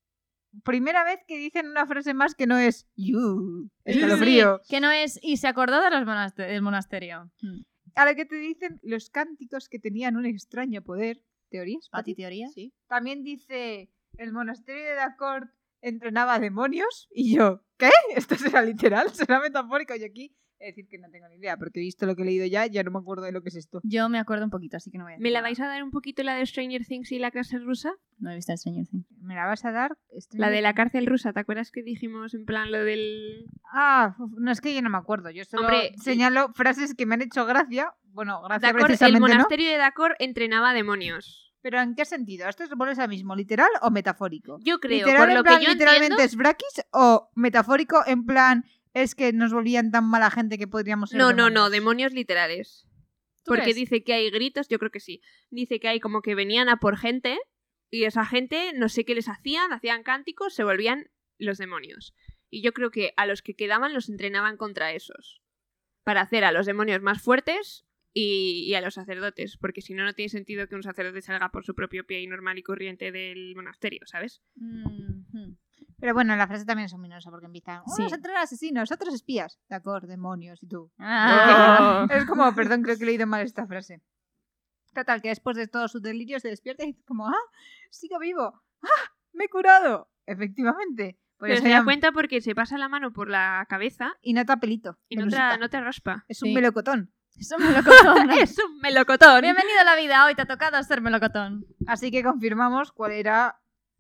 Primera vez que dicen una frase más que no es you. Escalofrío. Sí, que no es... Y se acordó de los monaste- del monasterio. Hmm. A lo que te dicen los cánticos que tenían un extraño poder. ¿Teorías? ¿Para ti teoría? Sí. También dice, el monasterio de Dacor entrenaba demonios. Y yo, ¿qué? ¿Esto será literal? ¿Será metafórico? Y aquí, es decir, que no tengo ni idea, porque he visto lo que he leído ya, ya no me acuerdo de lo que es esto. Yo me acuerdo un poquito, así que no voy a decir ¿Me la nada. vais a dar un poquito la de Stranger Things y la cárcel rusa? No he visto el Stranger Things. ¿Me la vas a dar? La de la cárcel rusa, ¿te acuerdas que dijimos en plan lo del... Ah, uf, no, es que yo no me acuerdo. Yo solo Hombre, señalo frases que me han hecho gracia. Bueno, gracia Dacor, el precisamente no. monasterio de Dacor entrenaba demonios. ¿Pero en qué sentido? ¿Esto es vuelves al mismo, literal o metafórico? Yo creo, ¿Literal por en lo plan que yo literalmente entiendo... es braquis o metafórico en plan es que nos volvían tan mala gente que podríamos ser No, no, no, demonios? demonios literales. ¿Tú Porque crees? dice que hay gritos, yo creo que sí. Dice que hay como que venían a por gente y esa gente no sé qué les hacían, hacían cánticos, se volvían los demonios. Y yo creo que a los que quedaban los entrenaban contra esos. Para hacer a los demonios más fuertes y, y a los sacerdotes. Porque si no, no tiene sentido que un sacerdote salga por su propio pie y normal y corriente del monasterio, ¿sabes? Mhm. Pero bueno, la frase también es ominosa porque empiezan Sí. unos entran asesinos, otros espías. De acuerdo, demonios y tú. Ah. Es como, perdón, creo que he leído mal esta frase. Total, que después de todos sus delirios se despierta y dice como, ah, sigo vivo, ah, me he curado. Efectivamente. Por Pero eso se da ya- cuenta porque se pasa la mano por la cabeza Y nota pelito. y no te, pelusita. no te raspa. Es un Sí. melocotón. Es un melocotón. ¡Es un melocotón! Bienvenido a la vida, hoy te ha tocado ser melocotón. Así que confirmamos cuál era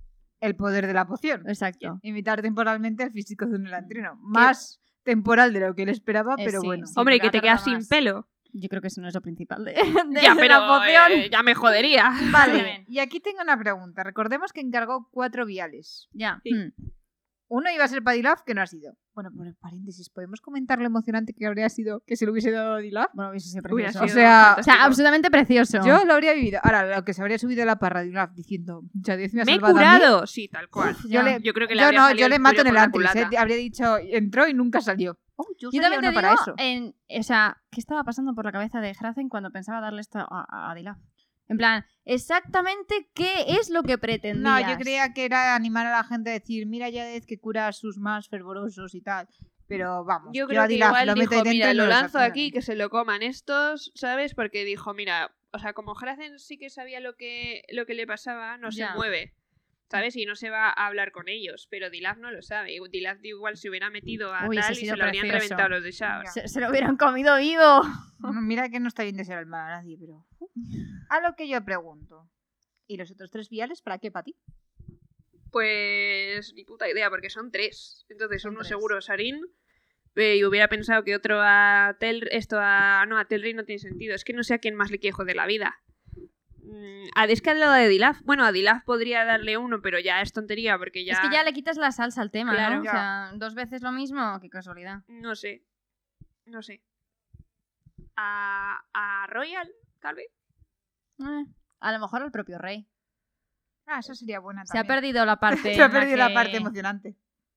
el poder de la poción. Exacto. Imitar temporalmente el físico de un elantrino. Más temporal de lo que él esperaba, Eh, pero sí, bueno. sí. Hombre, pero que te ha quedas tardado sin más. pelo. Yo creo que eso no es lo principal de, de Ya, la pero poción. eh, ya me jodería. Vale, y aquí tengo una pregunta. Recordemos que encargó cuatro viales. Ya. Sí. Mm. Uno iba a ser para Dilaf, que no ha sido. Bueno, por paréntesis, ¿podemos comentar lo emocionante que habría sido que se lo hubiese dado a Dilaf? Bueno, hubiese sido Hubiera precioso. O sido sea, O fantástico. sea, absolutamente precioso. Yo lo habría vivido. Ahora, lo que se habría subido a la parra de Dilaf diciendo, ya Dios me ha me he salvado a mí". curado. Sí, tal cual. Yo, Ya. le, Yo creo que le yo habría no, salido yo le el mato tuyo en el por la antris. culata. ¿eh? Habría dicho, entró y nunca salió. Oh, yo Yo sería también te uno digo, para eso. en, o sea, ¿qué estaba pasando por la cabeza de Hrazen cuando pensaba darle esto a, a, a Dilaf? En plan, exactamente qué es lo que No, pretendías. yo creía que era animar a la gente a decir, mira Yadez que cura a sus más fervorosos y tal. Pero vamos, Yo a creo que Dilaf igual lo meto dijo, ahí dentro mira, y lo no lanzo saco". aquí, que se lo coman estos, ¿sabes? Porque dijo, mira, o sea, como Hrazen sí que sabía lo que, lo que le pasaba, no Ya. se mueve, ¿sabes? Y no se va a hablar con ellos, pero Dilaf no lo sabe. Dilaf igual se hubiera metido a Uy, tal ese ha y se sido lo habrían precioso. reventado los de Shaor. Ya. Se, se lo hubieran comido vivo. No, mira que no está bien desear el mal a nadie, pero... A lo que yo pregunto. ¿Y los otros tres viales para qué, para ti? Pues ni puta idea, porque son tres. Entonces, Son uno tres. seguro Sarin. eh, y hubiera pensado que otro a Tel... Esto a... No, a Telri no tiene sentido. Es que no sé a quién más le quiere joder la vida. Mm, a- es que al lado de Dilaf... Bueno, a Dilaf podría darle uno, pero ya es tontería, porque ya... Es que ya le quitas la salsa al tema, Claro. ¿no? Ya. O sea, dos veces lo mismo, qué casualidad. No sé. No sé. a, a Royal, tal vez. Eh, a lo mejor el propio rey. Ah, eso sería buena Se ha también. perdido la parte. Se ha en la perdido la que- parte emocionante.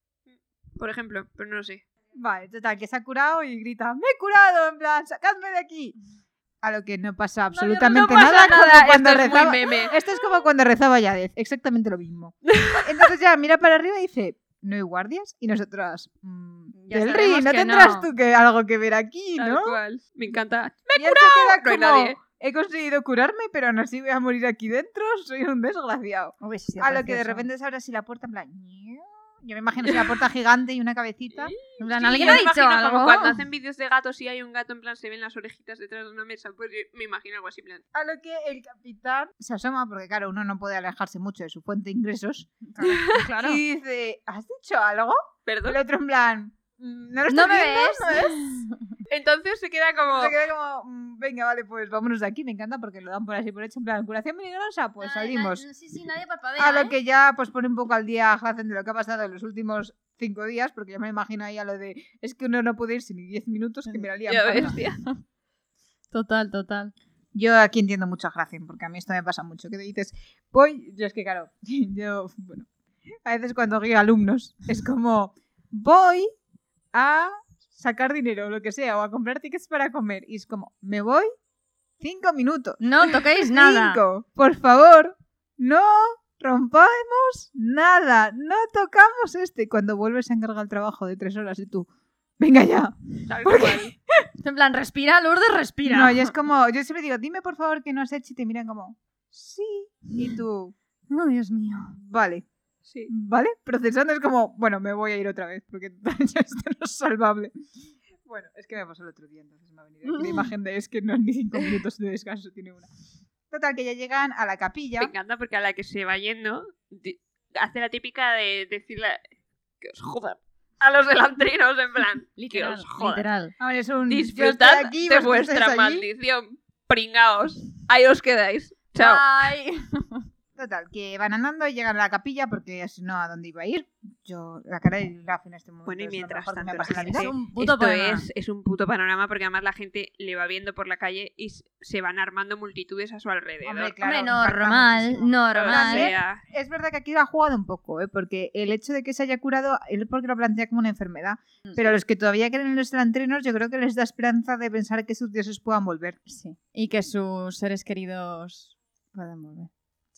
Por ejemplo, pero no lo sé. Vale, total, que se ha curado y grita, ¡me he curado! En plan, ¡sacadme de aquí! A lo que no pasa absolutamente no pasa nada, nada, como cuando esto es muy rezaba... meme. Esto es como cuando rezaba Yadez, exactamente lo mismo. Entonces ya mira para arriba y dice, ¿no hay guardias? Y nosotras, mmm, Ya Delri, sabemos ¿no que tendrás no. tú que, algo que ver aquí, Tal no? cual. Me encanta. Y él se queda No hay como, nadie. he conseguido curarme, pero aún así voy a morir aquí dentro, soy un desgraciado. Uy, sí, A lo que de precioso. repente se abre así la puerta, en plan... "Ñiu". Yo me imagino así la puerta gigante y una cabecita. En plan, Sí, ¿alguien yo ha me dicho imagino como algo? cuando hacen vídeos de gatos y hay un gato, en plan, se ven las orejitas detrás de una mesa. Pues yo me imagino algo así, en plan. A lo que el capitán se asoma, porque claro, uno no puede alejarse mucho de su fuente de ingresos. Claro. Y dice, ¿has dicho algo? ¿Perdón? El otro en plan, "Mm, ¿no lo ¿No estás me viendo? ves? ¿No ves?". Entonces se queda como. Se queda como, "Mm, venga, vale, pues vámonos de aquí". Me encanta porque lo dan por así por hecho. En plan, curación milagrosa, pues Ay, salimos. ay, sí, sí, nadie parpadea. A lo ¿eh? que ya pues pone un poco al día a Hacen de lo que ha pasado en los últimos cinco días, porque ya me imagino ahí a lo de, es que uno no puede irse ni diez minutos, que me la lían Ya parda". ves, tía. Total, total. Yo aquí entiendo mucho a Gracien, porque a mí esto me pasa mucho. Que te dices, voy. Yo es que, claro, yo, bueno, a veces cuando guío alumnos, es como, voy a sacar dinero o lo que sea, o a comprar tickets para comer. Y es como, me voy cinco minutos. No toquéis nada. Cinco, por favor, no rompamos nada, no tocamos este. Y cuando vuelves a encargar el trabajo de tres horas y tú, venga ya. Tal cual. En plan, respira, Lourdes, respira. No, y es como, yo siempre digo, dime por favor que no has hecho y te miran como, sí. Y tú, Oh, Dios mío. vale, Sí. vale. Procesando es como, bueno, me voy a ir otra vez porque ya esto no es salvable. Bueno, es que me pasó el otro día, entonces me ha venido aquí la imagen de es que no es ni cinco minutos de descanso, tiene una. Total, que ya llegan a la capilla. Me encanta porque a la que se va yendo di- hace la típica de decirle que os jodan a los delantrinos, en plan, que Literal, os jodan. literal. A ver, es un, yo estoy Disfrutad aquí, de vosotros vuestra estáis allí. maldición. Pringaos. Ahí os quedáis. Chao. Ay. Total, que van andando y llegan a la capilla porque si no, ¿a dónde iba a ir? Yo, la cara de Lilaf en este momento Bueno, y es lo mientras mejor que me ha tanto, pasado en la la vida. Es un puto Esto poema. es, es un puto panorama porque además la gente le va viendo por la calle y s- se van armando multitudes a su alrededor. Hombre, claro, Hombre, impacta normal, muchísimo. O normal. sea, Es verdad que aquí lo ha jugado un poco, ¿eh? Porque el hecho de que se haya curado, él porque lo plantea como una enfermedad. Pero a los que todavía creen en los delantrinos, yo creo que les da esperanza de pensar que sus dioses puedan volver. Sí. Y que sus seres queridos puedan volver.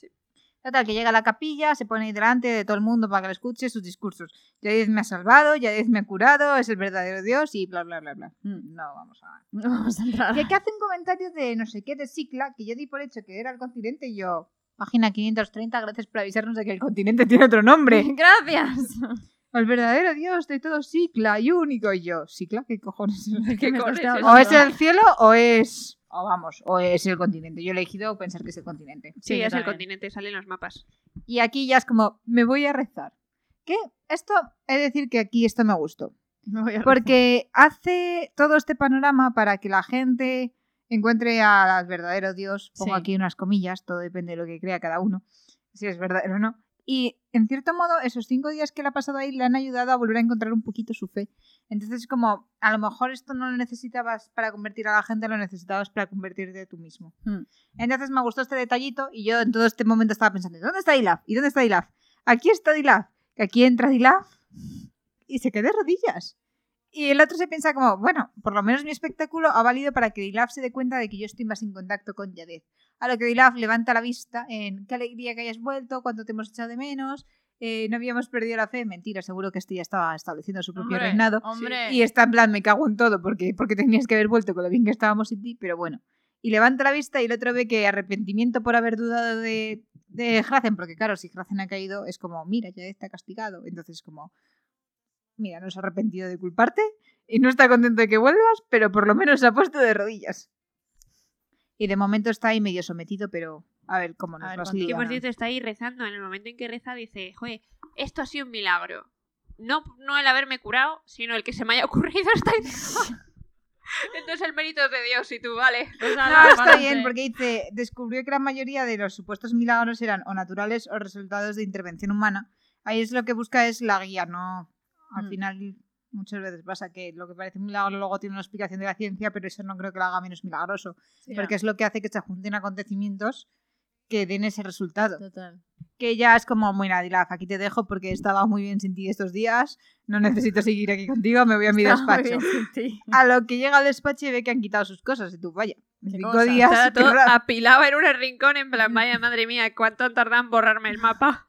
Total, que llega a la capilla, se pone ahí delante de todo el mundo para que le escuche sus discursos. Yadid me ha salvado, Yadid me ha curado, es el verdadero dios y bla, bla, bla, bla. Mm. No, vamos a... No vamos a entrar. Y aquí hace un comentario de no sé qué, de Cicla, que yo di por hecho que era el continente y yo... Página quinientos treinta, gracias por avisarnos de que el continente tiene otro nombre. Gracias. El verdadero dios de todo Cicla y único. Y yo, ¿Cicla? ¿Qué cojones es? ¿Qué me cojones estás es O hablando? es el cielo o es... O vamos, o es el continente. Yo he elegido pensar que es el continente. sí, yo es el también. continente, salen los mapas. Y aquí ya es como, me voy a rezar. ¿Qué? Esto, he de decir que aquí esto me gustó. Me voy a Porque hace todo este panorama para que la gente encuentre al verdadero Dios. Pongo Sí. aquí unas comillas, todo depende de lo que crea cada uno, si es verdadero o no. Y en cierto modo, esos cinco días que le ha pasado ahí le han ayudado a volver a encontrar un poquito su fe. Entonces, como, a lo mejor esto no lo necesitabas para convertir a la gente, lo necesitabas para convertirte tú mismo. Hmm. Entonces me gustó este detallito y yo en todo este momento estaba pensando, ¿dónde está Dilaf? ¿Y dónde está Dilaf? Aquí está Dilaf. Que aquí entra Dilaf y se queda de rodillas. Y el otro se piensa como, bueno, por lo menos mi espectáculo ha valido para que Dilaf se dé cuenta de que yo estoy más en contacto con Yadez. A lo que Dilaf levanta la vista en qué alegría que hayas vuelto, cuánto te hemos echado de menos, eh, no habíamos perdido la fe. Mentira, seguro que este ya estaba estableciendo su propio Hombre, reinado. Hombre. Y está en plan, me cago en todo, porque, porque tenías que haber vuelto con lo bien que estábamos sin ti, pero bueno. Y levanta la vista y el otro ve que arrepentimiento por haber dudado de, de Hracen, porque claro, si Hracen ha caído, es como, mira, ya está castigado. Entonces como, mira, no se ha arrepentido de culparte y no está contento de que vuelvas, pero por lo menos se ha puesto de rodillas. Y de momento está ahí medio sometido, pero a ver cómo nos A ver vas cuánto- Que liando. por cierto está ahí rezando. En el momento en que reza dice, joder, esto ha sido un milagro. No, no el haberme curado, sino el que se me haya ocurrido esta idea. Entonces el mérito es de Dios y tú, vale. Pues No, ala, está pa'lante. bien, porque dice, descubrió que la mayoría de los supuestos milagros eran o naturales o resultados de intervención humana. Ahí es lo que busca es la guía, no al Mm. final muchas veces pasa que lo que parece un milagro luego tiene una explicación de la ciencia, pero eso no creo que lo haga menos milagroso, Sí, porque es lo que hace que se junten acontecimientos que den ese resultado. Total. Que ya es como, mira, Dilaf, aquí te dejo porque estaba muy bien sin ti estos días, no necesito seguir aquí contigo, me voy a mi Está muy despacho. bien sin ti. A lo que llega al despacho y ve que han quitado sus cosas, y tú, vaya, en cinco cosas? días... Estaba qué todo raro. apilado en un rincón en plan, vaya madre mía, ¿cuánto han tardado en borrarme el mapa?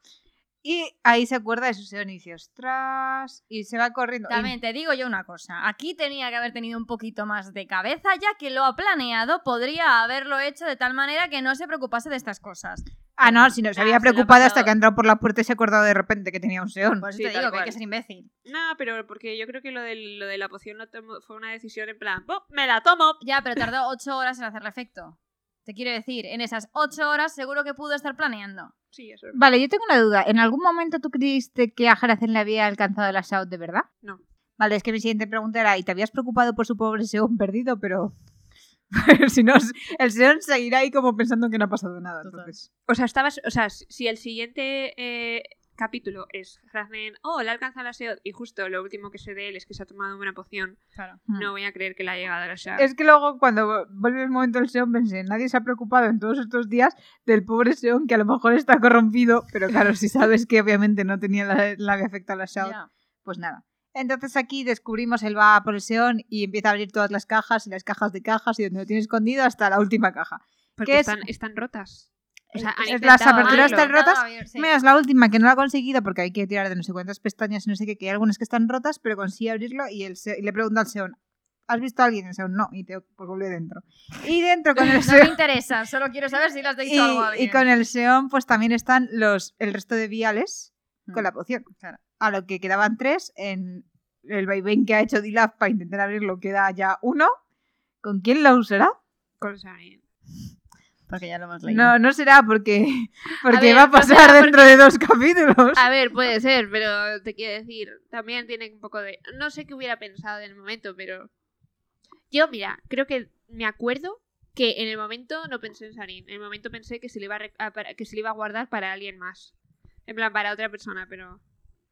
Y ahí se acuerda de su Seon y dice, ostras, y se va corriendo. Y- También te digo yo una cosa, aquí tenía que haber tenido un poquito más de cabeza, ya que lo ha planeado, podría haberlo hecho de tal manera que no se preocupase de estas cosas. Ah, no, si no se Ah, había se lo ha preocupado hasta pasado. que ha entrado por la puerta y se ha acordado de repente que tenía un Seon. Por eso Sí, te tal digo que hay cual. que ser imbécil. No, pero porque yo creo que lo, del, lo de la poción lo tomo- fue una decisión en plan, ¡pum! ¡Me la tomo! Ya, pero tardó ocho horas en hacerle efecto. Te quiero decir, en esas ocho horas seguro que pudo estar planeando. Sí, eso es. Vale, yo tengo una duda. ¿En algún momento tú creíste que a Harazen le había alcanzado la Shout de verdad? No. Vale, es que mi siguiente pregunta era, ¿y te habías preocupado por su pobre Seon perdido? Pero... pero si no, el Seon seguirá ahí como pensando que no ha pasado nada. Total. Entonces... O sea, estabas, o sea, si el siguiente eh, capítulo es Harazen, oh, le alcanza la Seod, y justo lo último que sé de él es que se ha tomado una poción, Claro. no voy a creer que le ha llegado a la Seod. Es que luego cuando vuelve el momento del Seon pensé, nadie se ha preocupado en todos estos días del pobre Seon que a lo mejor está corrompido, pero claro, si sabes que obviamente no tenía la, le había afectado la Shout, Ya. pues nada. Entonces aquí descubrimos él va por el Seon y empieza a abrir todas las cajas y las cajas de cajas y donde lo tiene escondido hasta la última caja. Porque ¿qué es? están, están rotas. O sea, han Es- intentado las aperturas abrirlo. están rotas. Abrir, sí. Menos la última que no la ha conseguido porque hay que tirar de no sé cuántas pestañas y no sé qué, que hay algunas que están rotas, pero consigue abrirlo y, el Se- y le pregunta al Seon, ¿has visto a alguien? El Seon, no, y te pues vuelve dentro. Y dentro con el No me Seon... interesa, solo quiero saber si le has dicho Y, algo a y alguien. con el Seon pues también están los el resto de viales con Mm. la poción. Claro. A lo que quedaban tres, en el vaivén que ha hecho Dilaf para intentar abrirlo queda ya uno. ¿Con quién lo usará? Con Sarin. Porque ya lo hemos leído. No, no será porque, porque ver, va a no pasar será dentro de dos capítulos. A ver, puede ser, pero te quiero decir, también tiene un poco de... No sé qué hubiera pensado en el momento, pero... Yo, mira, creo que me acuerdo que en el momento no pensé en Sarin. En el momento pensé que se le iba a, re- a- para- que se le iba a guardar para alguien más. En plan, para otra persona, pero...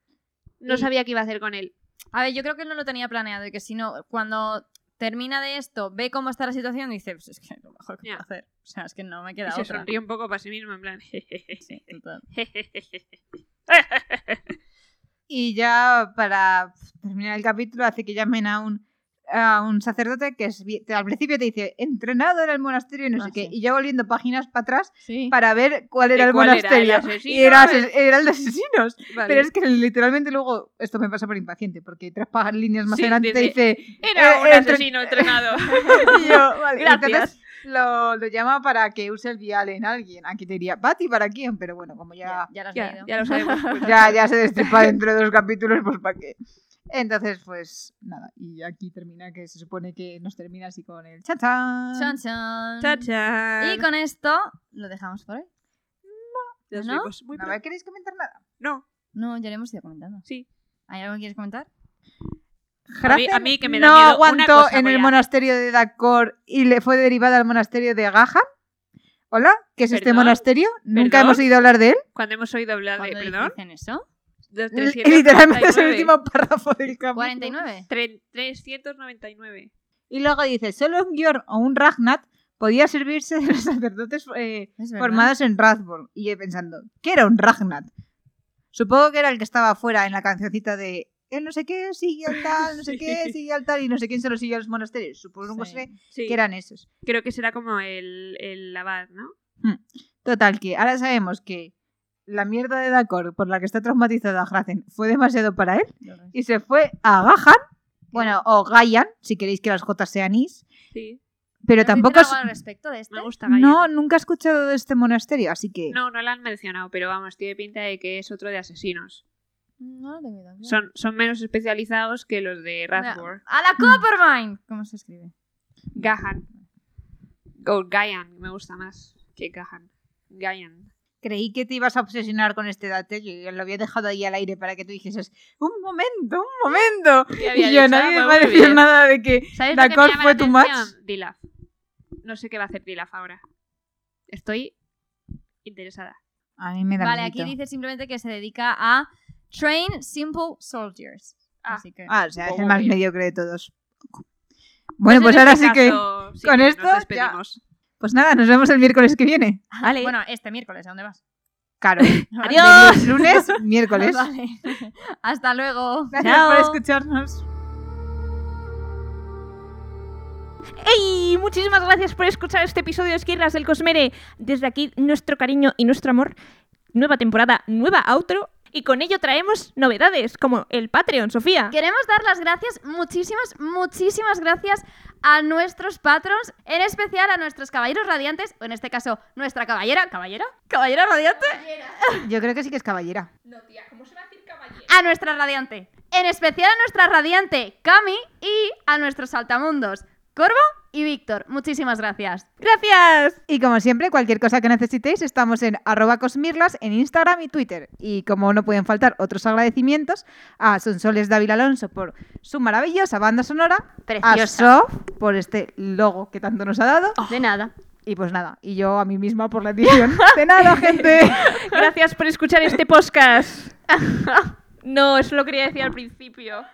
No Y- sabía qué iba a hacer con él. A ver, yo creo que él no lo tenía planeado y que si no, cuando termina de esto, ve cómo está la situación y dice, pues es que lo mejor que Ya. puedo hacer. O sea, es que no me Y queda se otra. sonríe un poco para sí mismo, en plan... Sí, total. Y ya para terminar el capítulo hace que llamen a un, a un sacerdote que es, vi- al principio te dice entrenado en el monasterio y no Ah, sé qué. sí. Y ya volviendo páginas para atrás Sí. para ver cuál era ¿Y el cuál era? ¿El monasterio. asesino? y era, ases- era el de asesinos. Vale. Pero es que literalmente luego, esto me pasa por impaciente, porque tres pa- líneas más Sí, adelante te dice, dice... Era eh, un eh, entre- asesino entrenado. y yo, vale, Gracias. entonces lo, lo llama para que use el vial en alguien. Aquí te diría, ¿Pati para quién? Pero bueno, como Ya, ya, ya lo has ya, leído. ya lo sabemos. pues. ya, ya se destripa dentro de dos capítulos, pues ¿para qué? Entonces, pues nada, y aquí termina, que se supone que nos termina así con el chachán. Chan, chan. Chachán. Y con esto lo dejamos por hoy. Nos ¿no? vemos muy ¿No pronto. me queréis comentar nada? No, No, ya lo hemos ido comentando. sí. ¿Hay algo que quieres comentar? A mí- a Harazen mí que me da no miedo una aguantó cosa, en voy el a- monasterio de Dakor y le fue derivada al monasterio de Gahan. ¿Hola? ¿Qué es este ¿Perdón? monasterio? Nunca ¿Perdón? hemos oído hablar de él. Cuando hemos oído hablar de... ¿Cuándo ¿Perdón? dicen eso? De L- trescientos Literalmente es el noventa y nueve. último párrafo del capítulo. ¿cuarenta y nueve? Tre- trescientos noventa y nueve. Y luego dice, solo un Gior o un Ragnat podía servirse de los sacerdotes eh, Es verdad. formados en Rathborn. Y yo pensando, ¿qué era un Ragnat? Supongo que era el que estaba afuera en la cancioncita de el no sé qué sigue al tal, no sé qué Sí. sigue al tal y no sé quién se lo sigue a los monasterios. Supongo Sí. sé Sí. que eran esos. Creo que será como el, el abad, ¿no? Total, que ahora sabemos que la mierda de Dakor por la que está traumatizada Harazen fue demasiado para él y se fue a Gahan, bueno, o Gaian, si queréis que las Jotas sean Is, Sí. pero ¿Nos dicen tampoco... algo es- al respecto de este? Me gusta Gaia. No, nunca he escuchado de este monasterio, así que... No, no la han mencionado, pero vamos, tiene pinta de que es otro de asesinos. No lo tengo idea. Son, son menos especializados que los de Mira, Rathbor. ¡A la Coppermine! ¿Cómo se escribe? Gahan. O Gaian, me gusta más que Gahan. Gaian. Creí que te ibas a obsesionar con este date, que lo había dejado ahí al aire para que tú dijeses un momento, un momento. ¿Qué había Y yo, dicho? nadie Ah, me pues va a muy decir bien. nada de que ¿Sabes lo que me Dakor llama fue la tu atención? match. Dilaf. No sé qué va a hacer Dilaf ahora. Estoy interesada. A mí me da Vale, miedito. aquí dice simplemente que se dedica a train simple soldiers. Ah. así que... Ah, o sea, es Muy el más bien. mediocre de todos. Bueno, pues, en ahora este sí que... caso, sí con que esto nos ya- despedimos. Pues nada, nos vemos el miércoles que viene. Vale. Bueno, este miércoles, ¿a dónde vas? Claro. Adiós. De lunes, miércoles. Vale. Hasta luego. Gracias Chao. por escucharnos. ¡Ey! Muchísimas gracias por escuchar este episodio de Esquirlas del Cosmere. Desde aquí, nuestro cariño y nuestro amor. Nueva temporada, nueva outro. Y con ello traemos novedades, como el Patreon, Sofía. Queremos dar las gracias, muchísimas, muchísimas gracias a nuestros patrons, en especial a nuestros caballeros radiantes, o en este caso, nuestra caballera, ¿caballera? ¿Caballera radiante? Yo creo que sí que es caballera. No, tía, ¿cómo se va a decir caballero? A nuestra radiante. En especial a nuestra radiante, Cami, y a nuestros saltamundos, Corvo y Víctor. Muchísimas gracias. ¡Gracias! Y como siempre, cualquier cosa que necesitéis, estamos en arroba cosmirlas en Instagram y Twitter. Y como no pueden faltar otros agradecimientos, a Sonsoles Dávila Alonso por su maravillosa banda sonora, Preciosa. a Sof por este logo que tanto nos ha dado, De nada. y pues nada, y yo a mí misma por la edición. ¡De nada, gente! Gracias por escuchar este podcast. No, eso lo quería decir al principio.